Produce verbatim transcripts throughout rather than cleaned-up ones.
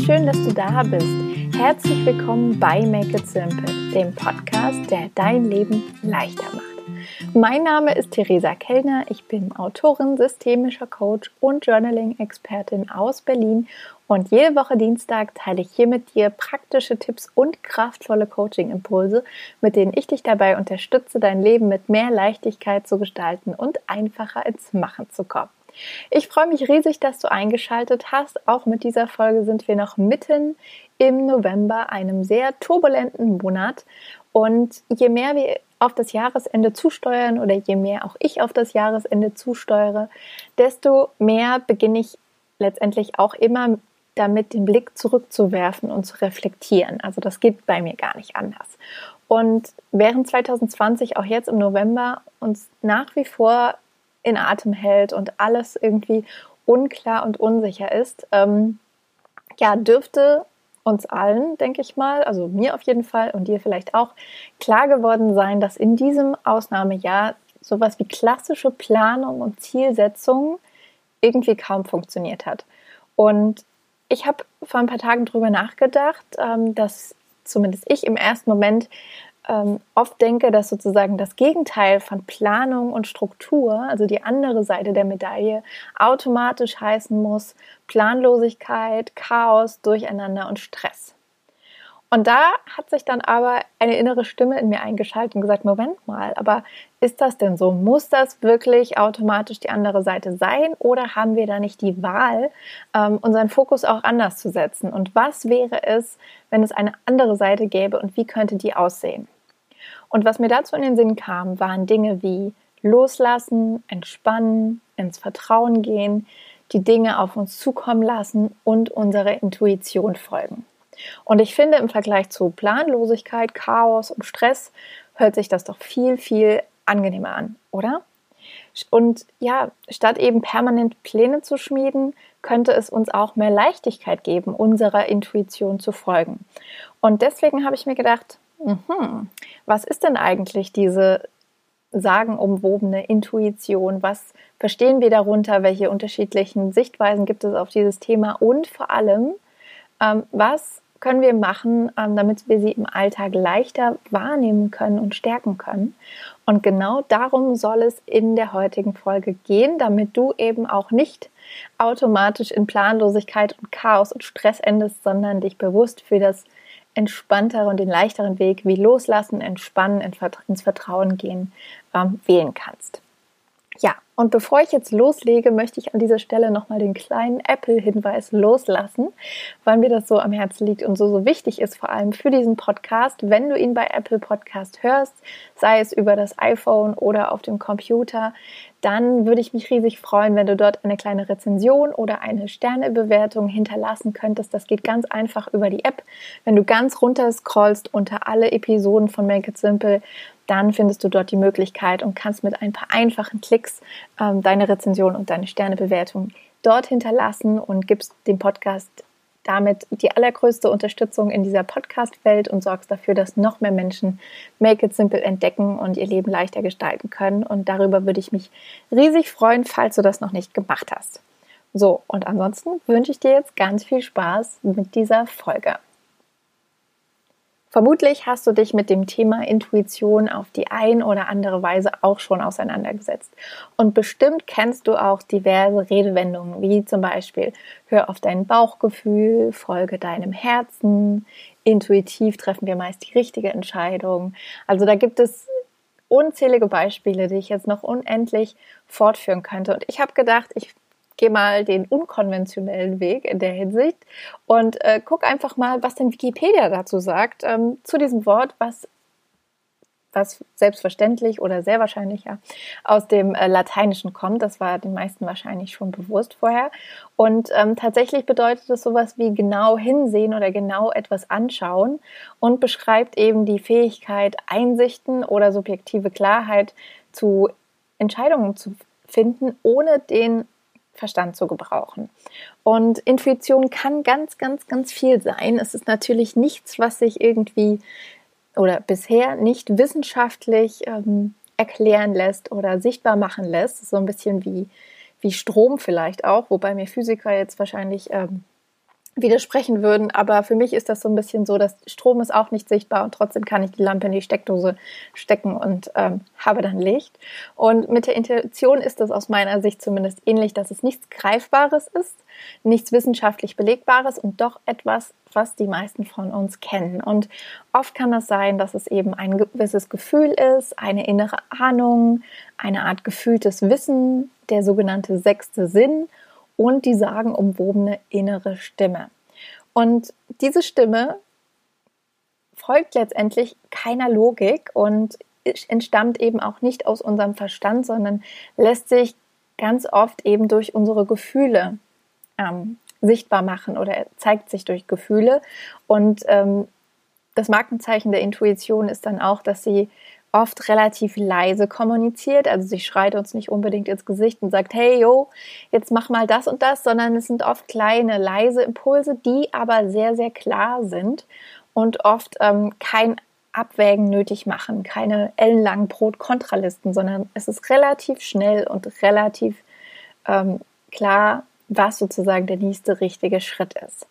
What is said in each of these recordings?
schön, dass du da bist. Herzlich willkommen bei Make It Simple, dem Podcast, der dein Leben leichter macht. Mein Name ist Theresa Kellner, ich bin Autorin, systemischer Coach und Journaling-Expertin aus Berlin und jede Woche Dienstag teile ich hier mit dir praktische Tipps und kraftvolle Coaching-Impulse, mit denen ich dich dabei unterstütze, dein Leben mit mehr Leichtigkeit zu gestalten und einfacher ins Machen zu kommen. Ich freue mich riesig, dass du eingeschaltet hast. Auch mit dieser Folge sind wir noch mitten im November, einem sehr turbulenten Monat. Und je mehr wir auf das Jahresende zusteuern oder je mehr auch ich auf das Jahresende zusteuere, desto mehr beginne ich letztendlich auch immer damit, den Blick zurückzuwerfen und zu reflektieren. Also das geht bei mir gar nicht anders. Und während zwanzig zwanzig auch jetzt im November uns nach wie vor in Atem hält und alles irgendwie unklar und unsicher ist, ähm, ja, dürfte uns allen, denke ich mal, also mir auf jeden Fall und dir vielleicht auch, klar geworden sein, dass in diesem Ausnahmejahr sowas wie klassische Planung und Zielsetzung irgendwie kaum funktioniert hat. Und ich habe vor ein paar Tagen drüber nachgedacht, ähm, dass zumindest ich im ersten Moment ähm, oft denke, dass sozusagen das Gegenteil von Planung und Struktur, also die andere Seite der Medaille, automatisch heißen muss Planlosigkeit, Chaos, Durcheinander und Stress. Und da hat sich dann aber eine innere Stimme in mir eingeschaltet und gesagt, Moment mal, aber ist das denn so? Muss das wirklich automatisch die andere Seite sein oder haben wir da nicht die Wahl, ähm, unseren Fokus auch anders zu setzen? Und was wäre es, wenn es eine andere Seite gäbe und wie könnte die aussehen? Und was mir dazu in den Sinn kam, waren Dinge wie loslassen, entspannen, ins Vertrauen gehen, die Dinge auf uns zukommen lassen und unserer Intuition folgen. Und ich finde, im Vergleich zu Planlosigkeit, Chaos und Stress hört sich das doch viel, viel angenehmer an, oder? Und ja, statt eben permanent Pläne zu schmieden, könnte es uns auch mehr Leichtigkeit geben, unserer Intuition zu folgen. Und deswegen habe ich mir gedacht, mhm, was ist denn eigentlich diese sagenumwobene Intuition? Was verstehen wir darunter? Welche unterschiedlichen Sichtweisen gibt es auf dieses Thema? Und vor allem, ähm, was können wir machen, ähm, damit wir sie im Alltag leichter wahrnehmen können und stärken können? Und genau darum soll es in der heutigen Folge gehen, damit du eben auch nicht automatisch in Planlosigkeit und Chaos und Stress endest, sondern dich bewusst für das entspanntere und den leichteren Weg wie Loslassen, Entspannen, ins Vertrauen gehen, ähm, wählen kannst. Ja, und bevor ich jetzt loslege, möchte ich an dieser Stelle nochmal den kleinen Apple-Hinweis loslassen, weil mir das so am Herzen liegt und so, so wichtig ist, vor allem für diesen Podcast. Wenn du ihn bei Apple Podcast hörst, sei es über das iPhone oder auf dem Computer, dann würde ich mich riesig freuen, wenn du dort eine kleine Rezension oder eine Sternebewertung hinterlassen könntest. Das geht ganz einfach über die App. Wenn du ganz runter scrollst unter alle Episoden von Make It Simple, dann findest du dort die Möglichkeit und kannst mit ein paar einfachen Klicks ähm, deine Rezension und deine Sternebewertung dort hinterlassen und gibst dem Podcast damit die allergrößte Unterstützung in dieser Podcast-Welt und sorgst dafür, dass noch mehr Menschen Make It Simple entdecken und ihr Leben leichter gestalten können. Und darüber würde ich mich riesig freuen, falls du das noch nicht gemacht hast. So, und ansonsten wünsche ich dir jetzt ganz viel Spaß mit dieser Folge. Vermutlich hast du dich mit dem Thema Intuition auf die ein oder andere Weise auch schon auseinandergesetzt. Und bestimmt kennst du auch diverse Redewendungen, wie zum Beispiel: Hör auf dein Bauchgefühl, folge deinem Herzen, intuitiv treffen wir meist die richtige Entscheidung. Also da gibt es unzählige Beispiele, die ich jetzt noch unendlich fortführen könnte. Und ich habe gedacht, ich geh mal den unkonventionellen Weg in der Hinsicht und äh, guck einfach mal, was denn Wikipedia dazu sagt, ähm, zu diesem Wort, was, was selbstverständlich oder sehr wahrscheinlich ja aus dem äh, Lateinischen kommt. Das war den meisten wahrscheinlich schon bewusst vorher. Und ähm, tatsächlich bedeutet es sowas wie genau hinsehen oder genau etwas anschauen und beschreibt eben die Fähigkeit, Einsichten oder subjektive Klarheit zu Entscheidungen zu finden, ohne den Verstand zu gebrauchen. Und Intuition kann ganz, ganz, ganz viel sein. Es ist natürlich nichts, was sich irgendwie oder bisher nicht wissenschaftlich ähm, erklären lässt oder sichtbar machen lässt. So ein bisschen wie, wie Strom vielleicht auch, wobei mir Physiker jetzt wahrscheinlich ähm, widersprechen würden, aber für mich ist das so ein bisschen so, dass Strom ist auch nicht sichtbar und trotzdem kann ich die Lampe in die Steckdose stecken und ähm, habe dann Licht. Und mit der Intuition ist das aus meiner Sicht zumindest ähnlich, dass es nichts Greifbares ist, nichts wissenschaftlich Belegbares und doch etwas, was die meisten von uns kennen. Und oft kann das sein, dass es eben ein gewisses Gefühl ist, eine innere Ahnung, eine Art gefühltes Wissen, der sogenannte sechste Sinn und die sagenumwobene innere Stimme. Und diese Stimme folgt letztendlich keiner Logik und entstammt eben auch nicht aus unserem Verstand, sondern lässt sich ganz oft eben durch unsere Gefühle ähm, sichtbar machen oder zeigt sich durch Gefühle. Und ähm, das Markenzeichen der Intuition ist dann auch, dass sie oft relativ leise kommuniziert, also sie schreit uns nicht unbedingt ins Gesicht und sagt, hey, yo, jetzt mach mal das und das, sondern es sind oft kleine, leise Impulse, die aber sehr, sehr klar sind und oft ähm, kein Abwägen nötig machen, keine ellenlangen Pro-Kontralisten, sondern es ist relativ schnell und relativ ähm, klar, was sozusagen der nächste richtige Schritt ist.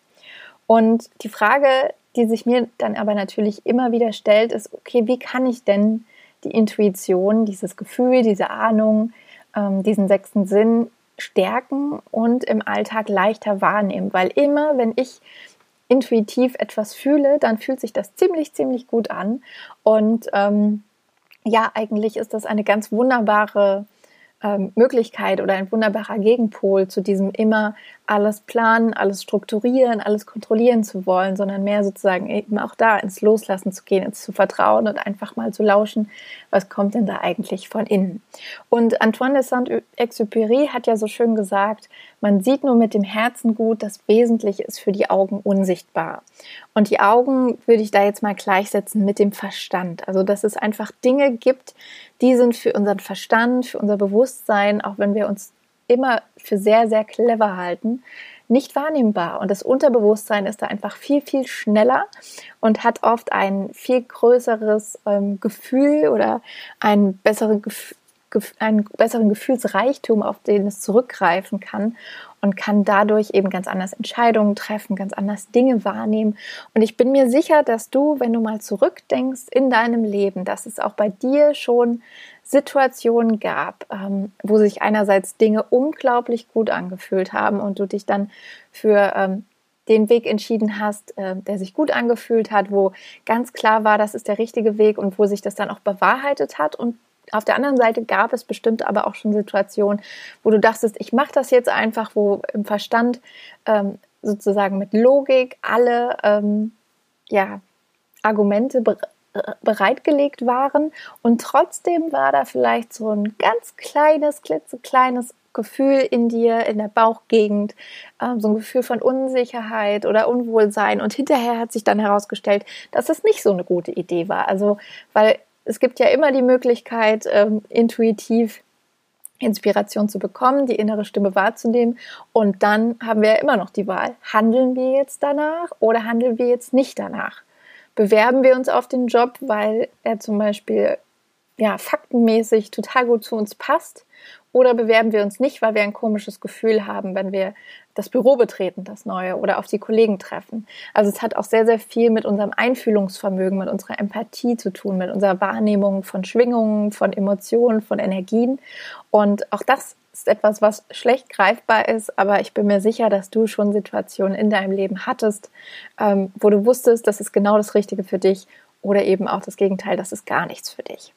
Und die Frage, die sich mir dann aber natürlich immer wieder stellt, ist, okay, wie kann ich denn die Intuition, dieses Gefühl, diese Ahnung, ähm, diesen sechsten Sinn stärken und im Alltag leichter wahrnehmen? Weil immer, wenn ich intuitiv etwas fühle, dann fühlt sich das ziemlich, ziemlich gut an. Und ähm, ja, eigentlich ist das eine ganz wunderbare ähm, Möglichkeit oder ein wunderbarer Gegenpol zu diesem immer alles planen, alles strukturieren, alles kontrollieren zu wollen, sondern mehr sozusagen eben auch da ins Loslassen zu gehen, ins zu vertrauen und einfach mal zu lauschen, was kommt denn da eigentlich von innen. Und Antoine de Saint-Exupéry hat ja so schön gesagt, man sieht nur mit dem Herzen gut, das Wesentliche ist für die Augen unsichtbar. Und die Augen würde ich da jetzt mal gleichsetzen mit dem Verstand. Also dass es einfach Dinge gibt, die sind für unseren Verstand, für unser Bewusstsein, auch wenn wir uns immer für sehr, sehr clever halten, nicht wahrnehmbar. Und das Unterbewusstsein ist da einfach viel, viel schneller und hat oft ein viel größeres ähm, Gefühl oder ein bessere Gef- gef- einen besseren Gefühlsreichtum, auf den es zurückgreifen kann und kann dadurch eben ganz anders Entscheidungen treffen, ganz anders Dinge wahrnehmen. Und ich bin mir sicher, dass du, wenn du mal zurückdenkst in deinem Leben, dass es auch bei dir schon Situationen gab, ähm, wo sich einerseits Dinge unglaublich gut angefühlt haben und du dich dann für ähm, den Weg entschieden hast, äh, der sich gut angefühlt hat, wo ganz klar war, das ist der richtige Weg und wo sich das dann auch bewahrheitet hat. Und auf der anderen Seite gab es bestimmt aber auch schon Situationen, wo du dachtest, ich mache das jetzt einfach, wo im Verstand ähm, sozusagen mit Logik alle ähm, ja, Argumente be- bereitgelegt waren und trotzdem war da vielleicht so ein ganz kleines, klitzekleines Gefühl in dir, in der Bauchgegend, äh, so ein Gefühl von Unsicherheit oder Unwohlsein und hinterher hat sich dann herausgestellt, dass es nicht so eine gute Idee war. Also, weil es gibt ja immer die Möglichkeit, ähm, intuitiv Inspiration zu bekommen, die innere Stimme wahrzunehmen und dann haben wir ja immer noch die Wahl, handeln wir jetzt danach oder handeln wir jetzt nicht danach? Bewerben wir uns auf den Job, weil er zum Beispiel ja, faktenmäßig total gut zu uns passt? Oder bewerben wir uns nicht, weil wir ein komisches Gefühl haben, wenn wir das Büro betreten, das Neue, oder auf die Kollegen treffen? Also es hat auch sehr, sehr viel mit unserem Einfühlungsvermögen, mit unserer Empathie zu tun, mit unserer Wahrnehmung von Schwingungen, von Emotionen, von Energien. Und auch das ist etwas, was schlecht greifbar ist, aber ich bin mir sicher, dass du schon Situationen in deinem Leben hattest, ähm, wo du wusstest, das ist genau das Richtige für dich oder eben auch das Gegenteil, das ist gar nichts für dich.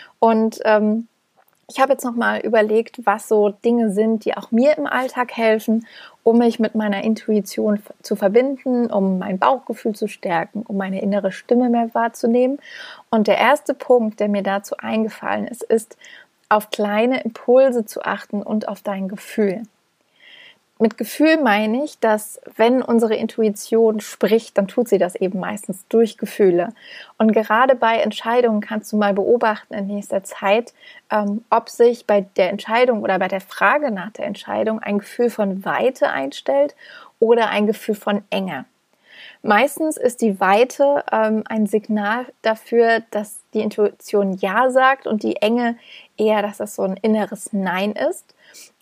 Und ähm, ich habe jetzt nochmal überlegt, was so Dinge sind, die auch mir im Alltag helfen, um mich mit meiner Intuition zu verbinden, um mein Bauchgefühl zu stärken, um meine innere Stimme mehr wahrzunehmen. Und der erste Punkt, der mir dazu eingefallen ist, ist, auf kleine Impulse zu achten und auf dein Gefühl. Mit Gefühl meine ich, dass wenn unsere Intuition spricht, dann tut sie das eben meistens durch Gefühle. Und gerade bei Entscheidungen kannst du mal beobachten in nächster Zeit, ähm, ob sich bei der Entscheidung oder bei der Frage nach der Entscheidung ein Gefühl von Weite einstellt oder ein Gefühl von Enge. Meistens ist die Weite ähm, ein Signal dafür, dass die Intuition Ja sagt und die Enge eher, dass das so ein inneres Nein ist.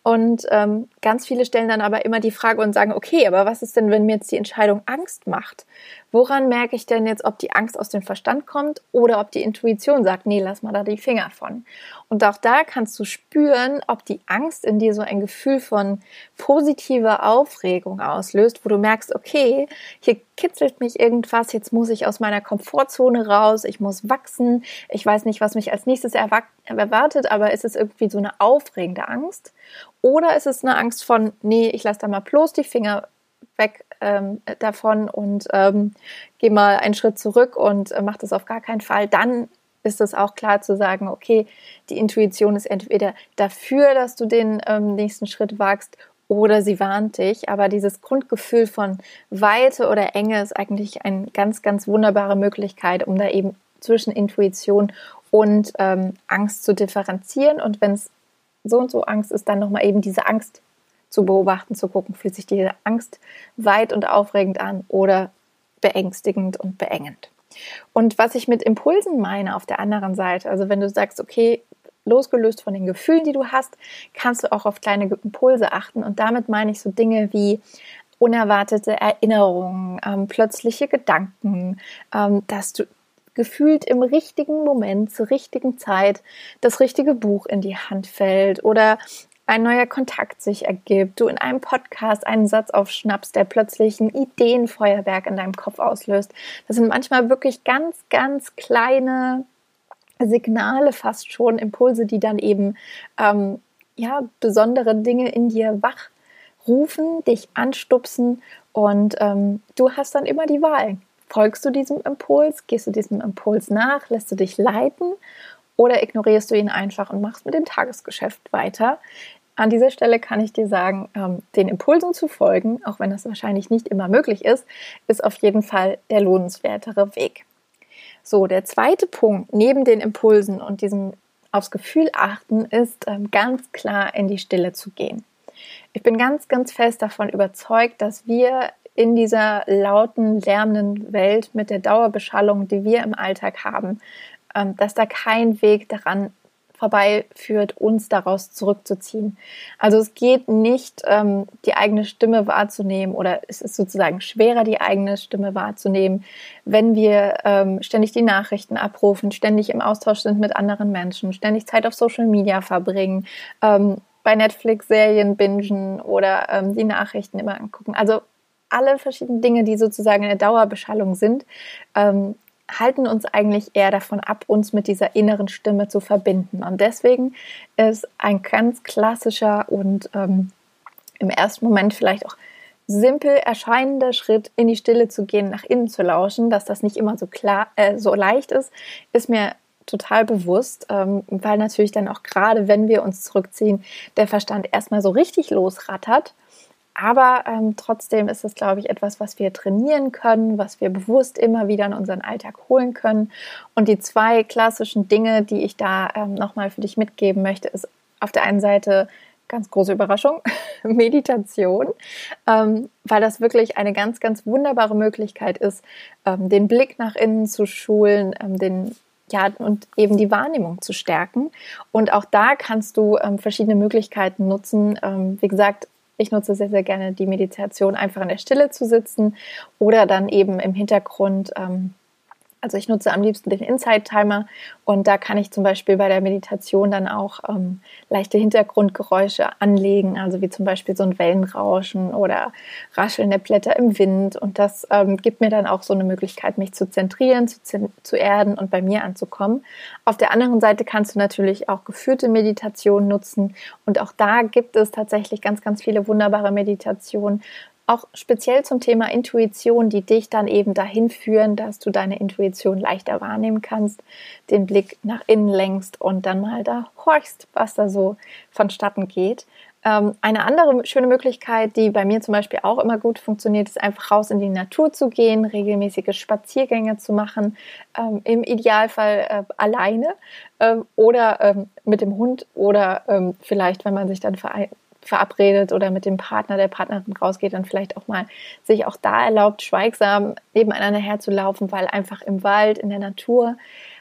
Und ähm, ganz viele stellen dann aber immer die Frage und sagen, okay, aber was ist denn, wenn mir jetzt die Entscheidung Angst macht? Woran merke ich denn jetzt, ob die Angst aus dem Verstand kommt oder ob die Intuition sagt, nee, lass mal da die Finger von. Und auch da kannst du spüren, ob die Angst in dir so ein Gefühl von positiver Aufregung auslöst, wo du merkst, okay, hier kitzelt mich irgendwas, jetzt muss ich aus meiner Komfortzone raus, ich muss wachsen, ich weiß nicht, was mich als nächstes erwartet, aber ist es irgendwie so eine aufregende Angst? Oder ist es eine Angst von, nee, ich lasse da mal bloß die Finger weg ähm, davon und ähm, gehe mal einen Schritt zurück und äh, mache das auf gar keinen Fall? Dann ist es auch klar zu sagen, okay, die Intuition ist entweder dafür, dass du den ähm, nächsten Schritt wagst, oder sie warnt dich. Aber dieses Grundgefühl von Weite oder Enge ist eigentlich eine ganz, ganz wunderbare Möglichkeit, um da eben zwischen Intuition und ähm, Angst zu differenzieren. Und wenn es so und so Angst ist, dann nochmal eben diese Angst zu beobachten, zu gucken, fühlt sich diese Angst weit und aufregend an oder beängstigend und beengend. Und was ich mit Impulsen meine auf der anderen Seite, also wenn du sagst, okay, losgelöst von den Gefühlen, die du hast, kannst du auch auf kleine Impulse achten. Und damit meine ich so Dinge wie unerwartete Erinnerungen, ähm, plötzliche Gedanken, ähm, dass du gefühlt im richtigen Moment, zur richtigen Zeit das richtige Buch in die Hand fällt oder ein neuer Kontakt sich ergibt, du in einem Podcast einen Satz aufschnappst, der plötzlich ein Ideenfeuerwerk in deinem Kopf auslöst. Das sind manchmal wirklich ganz, ganz kleine Signale, fast schon Impulse, die dann eben ähm, ja, besondere Dinge in dir wachrufen, dich anstupsen und ähm, du hast dann immer die Wahl. Folgst du diesem Impuls? Gehst du diesem Impuls nach? Lässt du dich leiten? Oder ignorierst du ihn einfach und machst mit dem Tagesgeschäft weiter? An dieser Stelle kann ich dir sagen, ähm, den Impulsen zu folgen, auch wenn das wahrscheinlich nicht immer möglich ist, ist auf jeden Fall der lohnenswertere Weg. So, der zweite Punkt neben den Impulsen und diesem aufs Gefühl achten, ist ähm, ganz klar in die Stille zu gehen. Ich bin ganz, ganz fest davon überzeugt, dass wir in dieser lauten, lärmenden Welt mit der Dauerbeschallung, die wir im Alltag haben, ähm, dass da kein Weg daran vorbeiführt, uns daraus zurückzuziehen. Also es geht nicht, ähm, die eigene Stimme wahrzunehmen oder es ist sozusagen schwerer, die eigene Stimme wahrzunehmen, wenn wir ähm, ständig die Nachrichten abrufen, ständig im Austausch sind mit anderen Menschen, ständig Zeit auf Social Media verbringen, ähm, bei Netflix Serien bingen oder ähm, die Nachrichten immer angucken. Also alle verschiedenen Dinge, die sozusagen eine Dauerbeschallung sind, ähm, halten uns eigentlich eher davon ab, uns mit dieser inneren Stimme zu verbinden. Und deswegen ist ein ganz klassischer und ähm, im ersten Moment vielleicht auch simpel erscheinender Schritt, in die Stille zu gehen, nach innen zu lauschen. Dass das nicht immer so klar, äh, so leicht ist, ist mir total bewusst, ähm, weil natürlich dann auch gerade, wenn wir uns zurückziehen, der Verstand erstmal so richtig losrattert. Aber ähm, trotzdem ist es, glaube ich, etwas, was wir trainieren können, was wir bewusst immer wieder in unseren Alltag holen können. Und die zwei klassischen Dinge, die ich da ähm, nochmal für dich mitgeben möchte, ist auf der einen Seite, ganz große Überraschung, Meditation, ähm, weil das wirklich eine ganz, ganz wunderbare Möglichkeit ist, ähm, den Blick nach innen zu schulen, ähm, den ja, und eben die Wahrnehmung zu stärken. Und auch da kannst du ähm, verschiedene Möglichkeiten nutzen. Ähm, wie gesagt, ich nutze sehr, sehr gerne die Meditation, einfach in der Stille zu sitzen oder dann eben im Hintergrund. Ähm, also ich nutze am liebsten den Insight-Timer und da kann ich zum Beispiel bei der Meditation dann auch ähm, leichte Hintergrundgeräusche anlegen, also wie zum Beispiel so ein Wellenrauschen oder Rascheln der Blätter im Wind. Und das ähm, gibt mir dann auch so eine Möglichkeit, mich zu zentrieren, zu, zu erden und bei mir anzukommen. Auf der anderen Seite kannst du natürlich auch geführte Meditation nutzen und auch da gibt es tatsächlich ganz, ganz viele wunderbare Meditationen, auch speziell zum Thema Intuition, die dich dann eben dahin führen, dass du deine Intuition leichter wahrnehmen kannst, den Blick nach innen lenkst und dann mal da horchst, was da so vonstatten geht. Ähm, eine andere schöne Möglichkeit, die bei mir zum Beispiel auch immer gut funktioniert, ist einfach raus in die Natur zu gehen, regelmäßige Spaziergänge zu machen, ähm, im Idealfall äh, alleine ähm, oder ähm, mit dem Hund oder ähm, vielleicht, wenn man sich dann vereint, verabredet oder mit dem Partner, der Partnerin rausgeht, dann vielleicht auch mal sich auch da erlaubt, schweigsam nebeneinander herzulaufen, weil einfach im Wald, in der Natur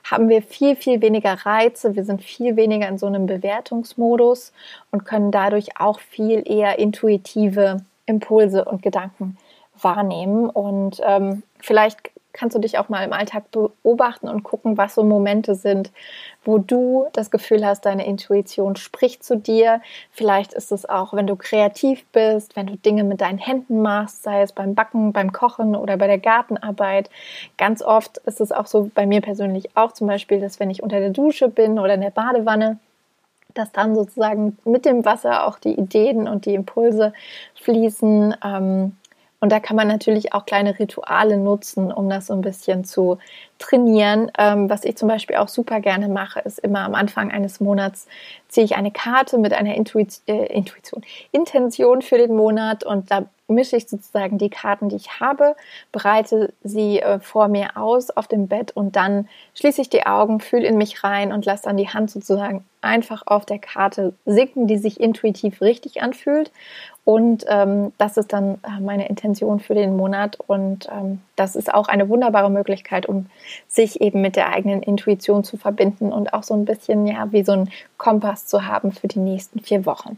haben wir viel, viel weniger Reize, wir sind viel weniger in so einem Bewertungsmodus und können dadurch auch viel eher intuitive Impulse und Gedanken wahrnehmen. Und ähm, vielleicht kannst du dich auch mal im Alltag beobachten und gucken, was so Momente sind, wo du das Gefühl hast, deine Intuition spricht zu dir. Vielleicht ist es auch, wenn du kreativ bist, wenn du Dinge mit deinen Händen machst, sei es beim Backen, beim Kochen oder bei der Gartenarbeit. Ganz oft ist es auch so, bei mir persönlich auch zum Beispiel, dass wenn ich unter der Dusche bin oder in der Badewanne, dass dann sozusagen mit dem Wasser auch die Ideen und die Impulse fließen. Ähm, Und da kann man natürlich auch kleine Rituale nutzen, um das so ein bisschen zu trainieren. Ähm, was ich zum Beispiel auch super gerne mache, ist immer am Anfang eines Monats ziehe ich eine Karte mit einer Intuit- äh, Intuition, Intention für den Monat und da mische ich sozusagen die Karten, die ich habe, breite sie äh, vor mir aus auf dem Bett und dann schließe ich die Augen, fühle in mich rein und lasse dann die Hand sozusagen einfach auf der Karte sinken, die sich intuitiv richtig anfühlt. Und ähm, das ist dann äh, meine Intention für den Monat. Und ähm, das ist auch eine wunderbare Möglichkeit, um sich eben mit der eigenen Intuition zu verbinden und auch so ein bisschen ja wie so ein Kompass zu haben für die nächsten vier Wochen.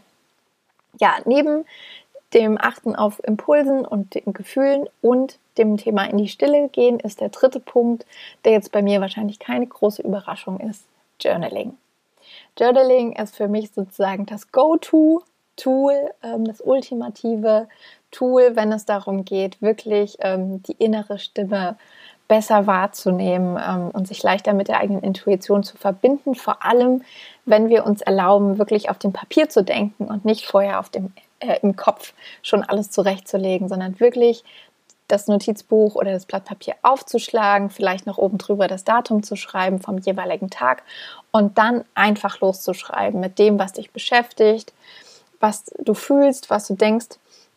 Ja, neben dem Achten auf Impulsen und den Gefühlen und dem Thema in die Stille gehen, ist der dritte Punkt, der jetzt bei mir wahrscheinlich keine große Überraschung ist, Journaling. Journaling ist für mich sozusagen das Go-To-Tool, ähm, das ultimative Tool, wenn es darum geht, wirklich ähm, die innere Stimme besser wahrzunehmen ähm, und sich leichter mit der eigenen Intuition zu verbinden. Vor allem, wenn wir uns erlauben, wirklich auf dem Papier zu denken und nicht vorher auf dem, äh, im Kopf schon alles zurechtzulegen, sondern wirklich das Notizbuch oder das Blatt Papier aufzuschlagen, vielleicht noch oben drüber das Datum zu schreiben vom jeweiligen Tag und dann einfach loszuschreiben mit dem, was dich beschäftigt, was du fühlst, was du denkst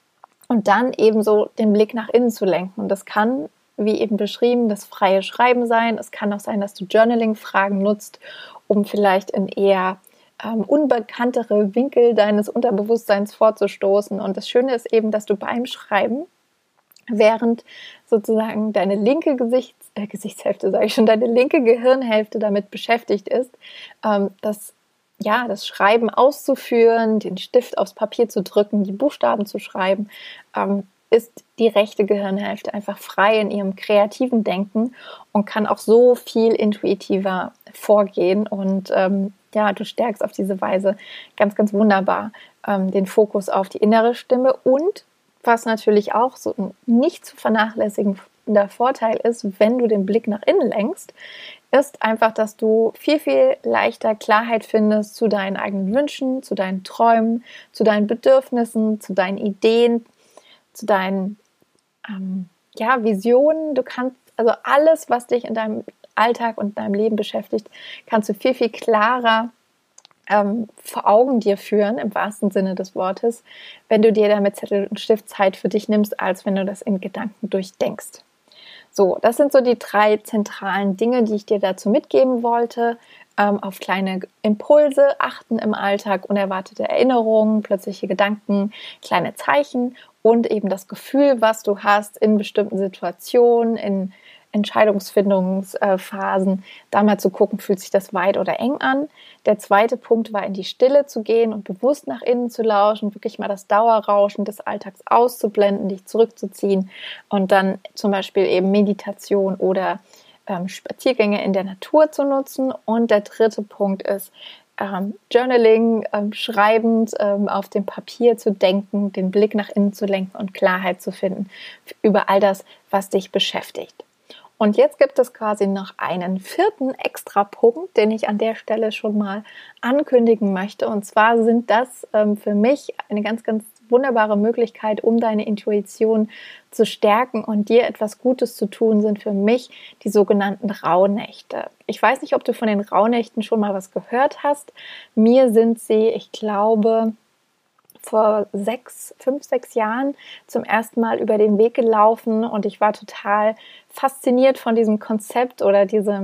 und dann eben so den Blick nach innen zu lenken. Und das kann, wie eben beschrieben, das freie Schreiben sein. Es kann auch sein, dass du Journaling-Fragen nutzt, um vielleicht in eher ähm, unbekanntere Winkel deines Unterbewusstseins vorzustoßen. Und das Schöne ist eben, dass du beim Schreiben, während sozusagen deine linke Gesichts, äh, Gesichtshälfte, sage ich schon, deine linke Gehirnhälfte damit beschäftigt ist, ähm, das, ja, das Schreiben auszuführen, den Stift aufs Papier zu drücken, die Buchstaben zu schreiben, ähm, ist die rechte Gehirnhälfte einfach frei in ihrem kreativen Denken und kann auch so viel intuitiver vorgehen. Und ähm, ja, du stärkst auf diese Weise ganz, ganz wunderbar ähm, den Fokus auf die innere Stimme. Und was natürlich auch so ein nicht zu vernachlässigender Vorteil ist, wenn du den Blick nach innen lenkst, ist einfach, dass du viel, viel leichter Klarheit findest zu deinen eigenen Wünschen, zu deinen Träumen, zu deinen Bedürfnissen, zu deinen Ideen, zu deinen ähm, ja, Visionen. Du kannst also alles, was dich in deinem Alltag und deinem Leben beschäftigt, kannst du viel, viel klarer ähm, vor Augen dir führen, im wahrsten Sinne des Wortes, wenn du dir da mit Zettel und Stift Zeit für dich nimmst, als wenn du das in Gedanken durchdenkst. So, das sind so die drei zentralen Dinge, die ich dir dazu mitgeben wollte. Ähm, auf kleine Impulse achten im Alltag, unerwartete Erinnerungen, plötzliche Gedanken, kleine Zeichen und eben das Gefühl, was du hast in bestimmten Situationen, in Entscheidungsfindungsphasen, da mal zu gucken, fühlt sich das weit oder eng an. Der zweite Punkt war, in die Stille zu gehen und bewusst nach innen zu lauschen, wirklich mal das Dauerrauschen des Alltags auszublenden, dich zurückzuziehen und dann zum Beispiel eben Meditation oder ähm, Spaziergänge in der Natur zu nutzen. Und der dritte Punkt ist, Ähm, Journaling, ähm, schreibend ähm, auf dem Papier zu denken, den Blick nach innen zu lenken und Klarheit zu finden über all das, was dich beschäftigt. Und jetzt gibt es quasi noch einen vierten Extrapunkt, den ich an der Stelle schon mal ankündigen möchte. Und zwar sind das ähm, für mich eine ganz, ganz wunderbare Möglichkeit, um deine Intuition zu stärken und dir etwas Gutes zu tun, sind für mich die sogenannten Rauhnächte. Ich weiß nicht, ob du von den Rauhnächten schon mal was gehört hast. Mir sind sie, ich glaube, vor sechs, fünf, sechs Jahren zum ersten Mal über den Weg gelaufen und ich war total fasziniert von diesem Konzept oder diesem,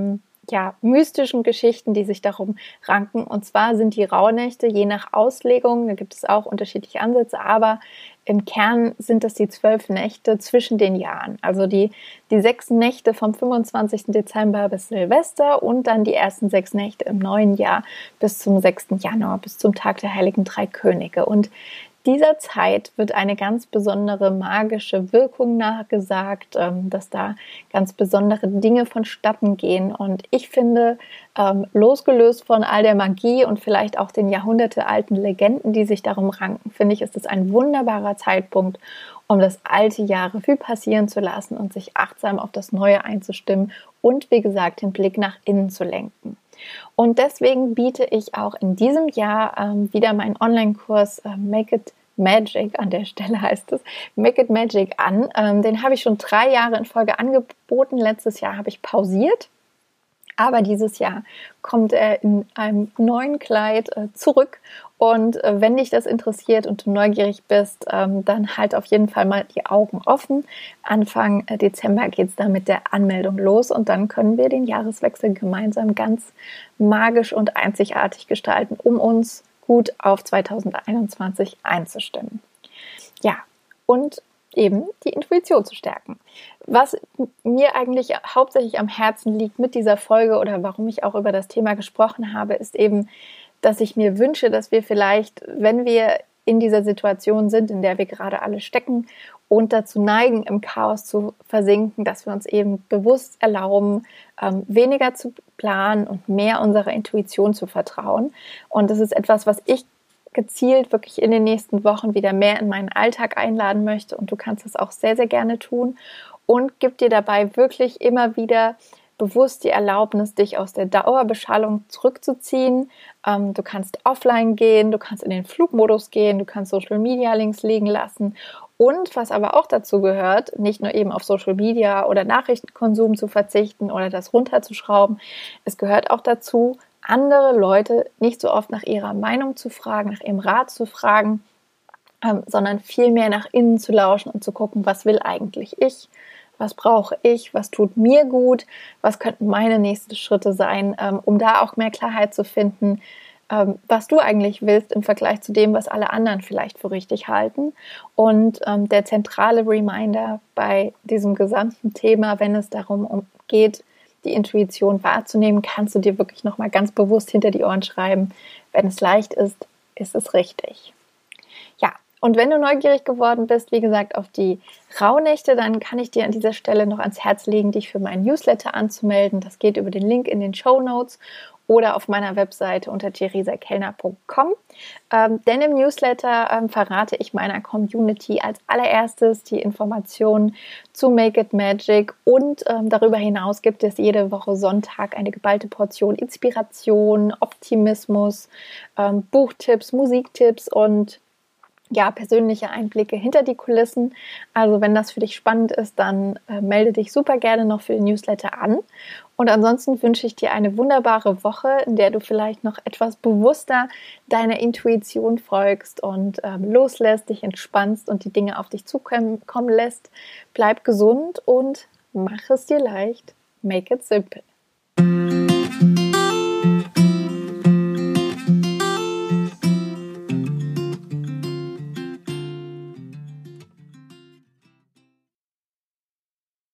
ja, mystischen Geschichten, die sich darum ranken. Und zwar sind die Rauhnächte je nach Auslegung, da gibt es auch unterschiedliche Ansätze, aber im Kern sind es die zwölf Nächte zwischen den Jahren. Also die, die sechs Nächte vom fünfundzwanzigsten Dezember bis Silvester und dann die ersten sechs Nächte im neuen Jahr bis zum sechsten Januar, bis zum Tag der Heiligen Drei Könige. Und dieser Zeit wird eine ganz besondere magische Wirkung nachgesagt, dass da ganz besondere Dinge vonstatten gehen. Und ich finde, losgelöst von all der Magie und vielleicht auch den jahrhundertealten Legenden, die sich darum ranken, finde ich, ist es ein wunderbarer Zeitpunkt, um das alte Jahr Revue passieren zu lassen und sich achtsam auf das Neue einzustimmen und, wie gesagt, den Blick nach innen zu lenken. Und deswegen biete ich auch in diesem Jahr ähm, wieder meinen Online-Kurs äh, Make It Magic, an der Stelle heißt es, Make It Magic an. Ähm, den habe ich schon drei Jahre in Folge angeboten. Letztes Jahr habe ich pausiert, aber dieses Jahr kommt er in einem neuen Kleid äh, zurück. Und äh, wenn dich das interessiert und du neugierig bist, ähm, dann halt auf jeden Fall mal die Augen offen. Anfang äh, Dezember geht es dann mit der Anmeldung los und dann können wir den Jahreswechsel gemeinsam ganz magisch und einzigartig gestalten, um uns gut auf zweitausendeinundzwanzig einzustimmen. Ja, und eben die Intuition zu stärken. Was mir eigentlich hauptsächlich am Herzen liegt mit dieser Folge oder warum ich auch über das Thema gesprochen habe, ist eben, dass ich mir wünsche, dass wir vielleicht, wenn wir in dieser Situation sind, in der wir gerade alle stecken und dazu neigen, im Chaos zu versinken, dass wir uns eben bewusst erlauben, ähm, weniger zu planen und mehr unserer Intuition zu vertrauen. Und das ist etwas, was ich gezielt wirklich in den nächsten Wochen wieder mehr in meinen Alltag einladen möchte. Und du kannst das auch sehr, sehr gerne tun und gib dir dabei wirklich immer wieder bewusst die Erlaubnis, dich aus der Dauerbeschallung zurückzuziehen. Ähm, du kannst offline gehen, du kannst in den Flugmodus gehen, du kannst Social Media links liegen lassen. Und was aber auch dazu gehört, nicht nur eben auf Social Media oder Nachrichtenkonsum zu verzichten oder das runterzuschrauben, es gehört auch dazu, andere Leute nicht so oft nach ihrer Meinung zu fragen, nach ihrem Rat zu fragen, ähm, sondern vielmehr nach innen zu lauschen und zu gucken, was will eigentlich ich? Was brauche ich? Was tut mir gut? Was könnten meine nächsten Schritte sein, ähm, um da auch mehr Klarheit zu finden, ähm, was du eigentlich willst im Vergleich zu dem, was alle anderen vielleicht für richtig halten. Und ähm, der zentrale Reminder bei diesem gesamten Thema, wenn es darum geht, die Intuition wahrzunehmen, kannst du dir wirklich nochmal ganz bewusst hinter die Ohren schreiben. Wenn es leicht ist, ist es richtig. Ja. Und wenn du neugierig geworden bist, wie gesagt, auf die Rauhnächte, dann kann ich dir an dieser Stelle noch ans Herz legen, dich für meinen Newsletter anzumelden. Das geht über den Link in den Shownotes oder auf meiner Webseite unter theresa kellner punkt com. Ähm, denn im Newsletter ähm, verrate ich meiner Community als allererstes die Informationen zu Make It Magic und ähm, darüber hinaus gibt es jede Woche Sonntag eine geballte Portion Inspiration, Optimismus, ähm, Buchtipps, Musiktipps und ja, persönliche Einblicke hinter die Kulissen. Also wenn das für dich spannend ist, dann äh, melde dich super gerne noch für den Newsletter an. Und ansonsten wünsche ich dir eine wunderbare Woche, in der du vielleicht noch etwas bewusster deiner Intuition folgst und ähm, loslässt, dich entspannst und die Dinge auf dich zukommen lässt. Bleib gesund und mach es dir leicht. Make it simple.